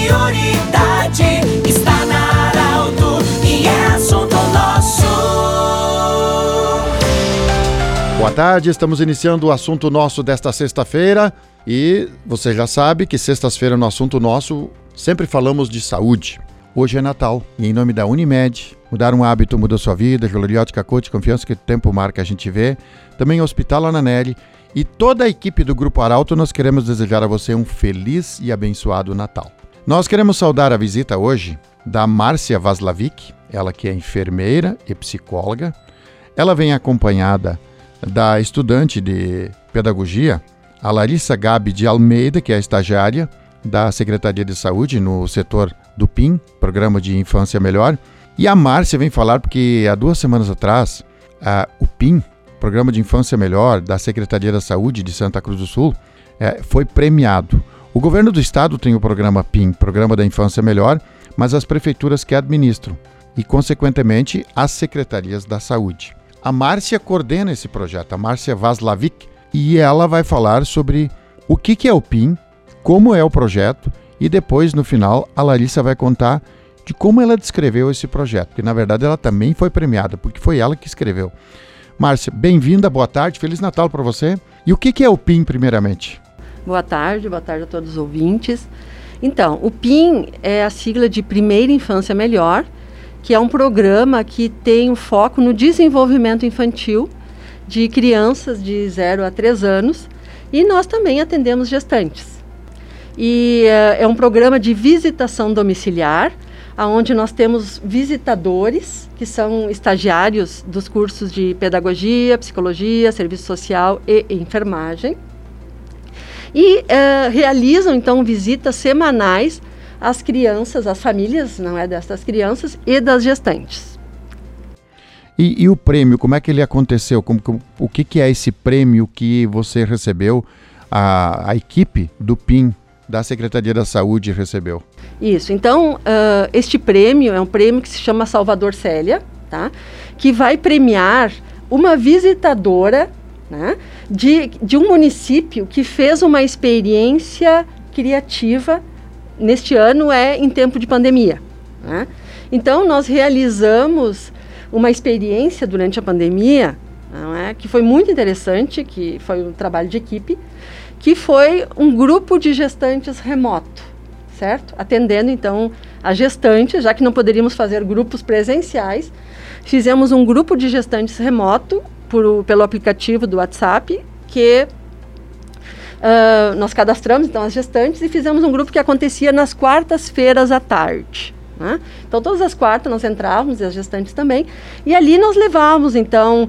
prioridade está na Arauto e é assunto nosso. Boa tarde, estamos iniciando o assunto nosso desta sexta-feira e você já sabe que sextas-feiras no assunto nosso sempre falamos de saúde. Hoje é Natal e em nome da Unimed, mudar um hábito muda sua vida, Joleriótica Coach, confiança que o tempo marca a gente vê, também o Hospital Ananelli e toda a equipe do Grupo Arauto, nós queremos desejar a você um feliz e abençoado Natal. Nós queremos saudar a visita hoje da Márcia Vaslavic, ela que é enfermeira e psicóloga. Ela vem acompanhada da estudante de pedagogia, a Larissa Gabi de Almeida, que é estagiária da Secretaria de Saúde no setor do PIN, Programa de Infância Melhor. E a Márcia vem falar porque há 2 semanas atrás, o PIN, Programa de Infância Melhor da Secretaria da Saúde de Santa Cruz do Sul, foi premiado. O governo do estado tem o programa PIN, Programa da Infância Melhor, mas as prefeituras que administram e, consequentemente, as secretarias da saúde. A Márcia coordena esse projeto, a Márcia Vaslavic, e ela vai falar sobre o que é o PIN, como é o projeto e depois, no final, a Larissa vai contar de como ela descreveu esse projeto, porque na verdade ela também foi premiada, porque foi ela que escreveu. Márcia, bem-vinda, boa tarde, Feliz Natal para você. E o que é o PIN, primeiramente? Boa tarde a todos os ouvintes. Então, o PIN é a sigla de Primeira Infância Melhor, que é um programa que tem um foco no desenvolvimento infantil de crianças de 0 a 3 anos e nós também atendemos gestantes. E é um programa de visitação domiciliar, onde nós temos visitadores, que são estagiários dos cursos de pedagogia, psicologia, serviço social e enfermagem. E realizam, então, visitas semanais às crianças, às famílias, não é, dessas crianças e das gestantes. E o prêmio, como é que ele aconteceu? O que é esse prêmio que você recebeu, a equipe do PIN da Secretaria da Saúde recebeu? Isso, então, este prêmio é um prêmio que se chama Salvador Célia, tá? Que vai premiar uma visitadora, né, de um município que fez uma experiência criativa, neste ano em tempo de pandemia, né? Então, nós realizamos uma experiência durante a pandemia, não é, que foi muito interessante, que foi um trabalho de equipe, que foi um grupo de gestantes remoto, certo? Atendendo, então, a gestantes, já que não poderíamos fazer grupos presenciais, fizemos um grupo de gestantes remoto pelo aplicativo do WhatsApp, que nós cadastramos, então, as gestantes e fizemos um grupo que acontecia nas quartas-feiras à tarde, né? Então, todas as quartas nós entrávamos, e as gestantes também, e ali nós levávamos, então,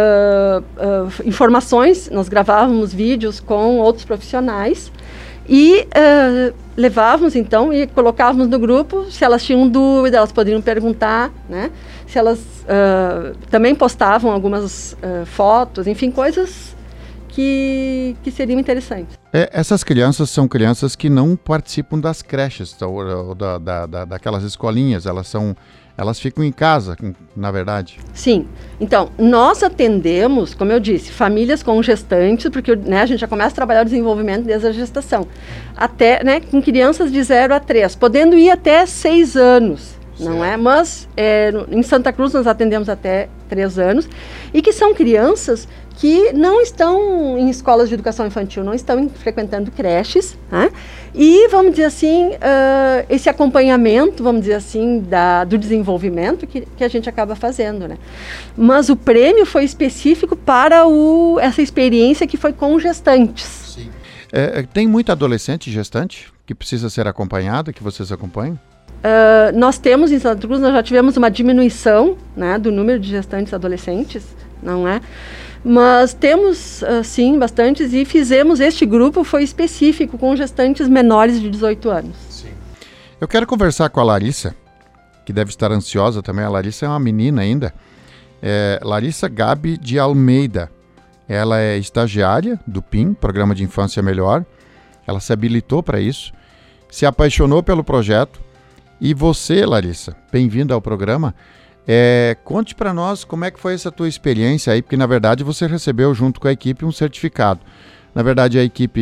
informações, nós gravávamos vídeos com outros profissionais e levávamos, então, e colocávamos no grupo. Se elas tinham dúvida, elas poderiam perguntar, né? Se elas também postavam algumas fotos, enfim, coisas que seriam interessantes. Essas crianças são crianças que não participam das creches, daquelas escolinhas, elas ficam em casa, na verdade? Sim. Então, nós atendemos, como eu disse, famílias com gestantes, porque, né, a gente já começa a trabalhar o desenvolvimento desde a gestação, até, né, com crianças de 0 a 3, podendo ir até 6 anos. Não é? Mas em Santa Cruz nós atendemos até 3 anos e que são crianças que não estão em escolas de educação infantil, não estão frequentando creches, né? E, vamos dizer assim, esse acompanhamento, vamos dizer assim, do desenvolvimento que a gente acaba fazendo, né? Mas o prêmio foi específico para essa experiência que foi com gestantes. Sim. Tem muito adolescente gestante que precisa ser acompanhado, que vocês acompanham? Nós temos em Santa Cruz, nós já tivemos uma diminuição, né, do número de gestantes adolescentes, não é? Mas temos, sim, bastantes, e fizemos, este grupo foi específico com gestantes menores de 18 anos. Sim. Eu quero conversar com a Larissa, que deve estar ansiosa também. A Larissa é uma menina ainda. Larissa Gabi de Almeida. Ela é estagiária do PIN, Programa de Infância Melhor. Ela se habilitou para isso, se apaixonou pelo projeto. E você, Larissa, bem-vinda ao programa. Conte para nós como é que foi essa tua experiência aí, porque na verdade você recebeu junto com a equipe um certificado. Na verdade a equipe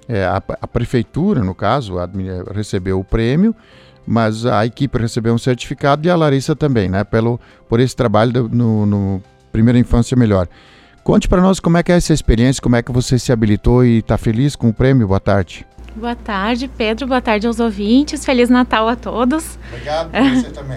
a prefeitura, no caso, recebeu o prêmio, mas a equipe recebeu um certificado e a Larissa também, né? Por esse trabalho no Primeira Infância Melhor. Conte para nós como é que é essa experiência, como é que você se habilitou e está feliz com o prêmio. Boa tarde. Boa tarde, Pedro. Boa tarde aos ouvintes. Feliz Natal a todos. Obrigado por você também.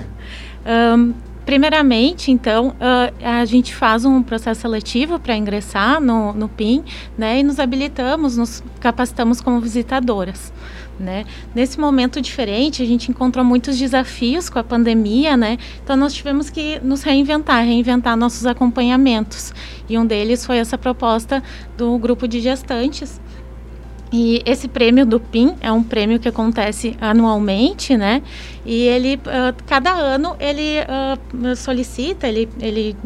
Primeiramente, então, a gente faz um processo seletivo para ingressar no PIN, né, e nos habilitamos, nos capacitamos como visitadoras, né. Nesse momento diferente, a gente encontrou muitos desafios com a pandemia, né, então nós tivemos que nos reinventar nossos acompanhamentos, e um deles foi essa proposta do grupo de gestantes. E esse prêmio do PIN é um prêmio que acontece anualmente, né? E ele, cada ano, ele solicita, ele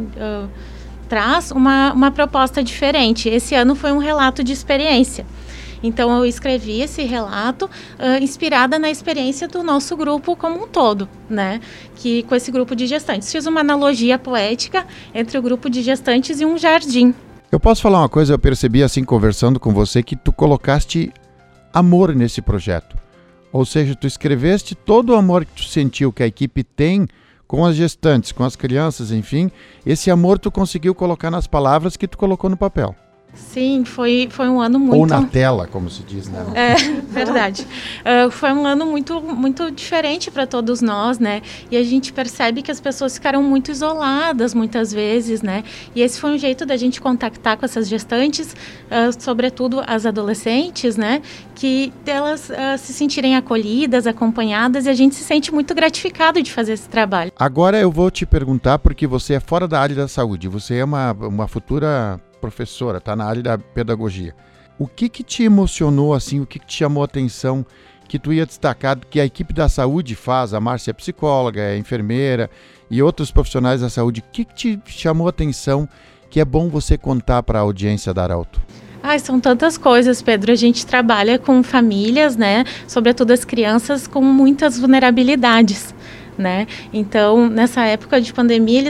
traz uma proposta diferente. Esse ano foi um relato de experiência. Então, eu escrevi esse relato inspirada na experiência do nosso grupo como um todo, né? Que, com esse grupo de gestantes. Fiz uma analogia poética entre o grupo de gestantes e um jardim. Eu posso falar uma coisa, eu percebi assim conversando com você que tu colocaste amor nesse projeto. Ou seja, tu escreveste todo o amor que tu sentiu que a equipe tem com as gestantes, com as crianças, enfim. Esse amor tu conseguiu colocar nas palavras que tu colocou no papel. Sim, foi um ano muito... Ou na tela, como se diz, né? É, verdade. Foi um ano muito, muito diferente para todos nós, né? E a gente percebe que as pessoas ficaram muito isoladas muitas vezes, né? E esse foi um jeito da gente contactar com essas gestantes, sobretudo as adolescentes, né? Que elas se sentirem acolhidas, acompanhadas, e a gente se sente muito gratificado de fazer esse trabalho. Agora eu vou te perguntar, porque você é fora da área da saúde, você é uma futura professora, está na área da pedagogia. O que te emocionou, assim, o que te chamou a atenção, que tu ia destacar, que a equipe da saúde faz, a Márcia é psicóloga, é enfermeira e outros profissionais da saúde, o que te chamou a atenção que é bom você contar para a audiência da Arauto? São tantas coisas, Pedro. A gente trabalha com famílias, né, sobretudo as crianças com muitas vulnerabilidades, né? Então, nessa época de pandemia,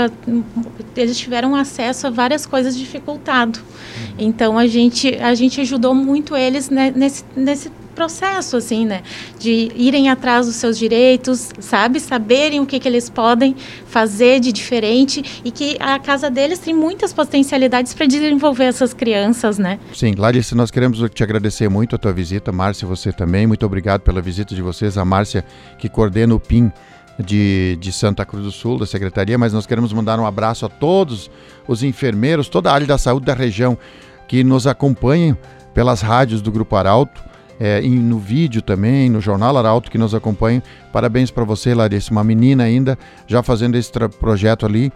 eles tiveram acesso a várias coisas dificultado. Então, a gente ajudou muito eles, né, nesse processo, assim, né? De irem atrás dos seus direitos, saberem o que eles podem fazer de diferente e que a casa deles tem muitas potencialidades para desenvolver essas crianças, né? Sim, Larissa, nós queremos te agradecer muito a tua visita, Márcia, você também. Muito obrigado pela visita de vocês. A Márcia, que coordena o PIN de Santa Cruz do Sul, da Secretaria, mas nós queremos mandar um abraço a todos os enfermeiros, toda a área da saúde da região que nos acompanham pelas rádios do Grupo Arauto, e no vídeo também, no Jornal Arauto, que nos acompanham. Parabéns para você, Larissa, uma menina ainda, já fazendo esse projeto ali,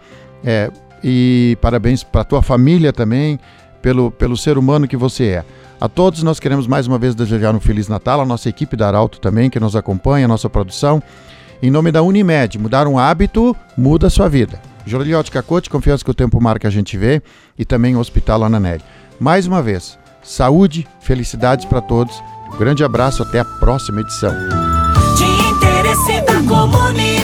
e parabéns para a tua família também, pelo ser humano que você é. A todos nós queremos mais uma vez desejar um Feliz Natal, a nossa equipe da Arauto também, que nos acompanha, a nossa produção. Em nome da Unimed, mudar um hábito, muda a sua vida. Joalheria Ótica Cote, confiança que o tempo marca, a gente vê. E também o Hospital Ana Nery. Mais uma vez, saúde, felicidades para todos. Um grande abraço, até a próxima edição. De interesse da comunidade.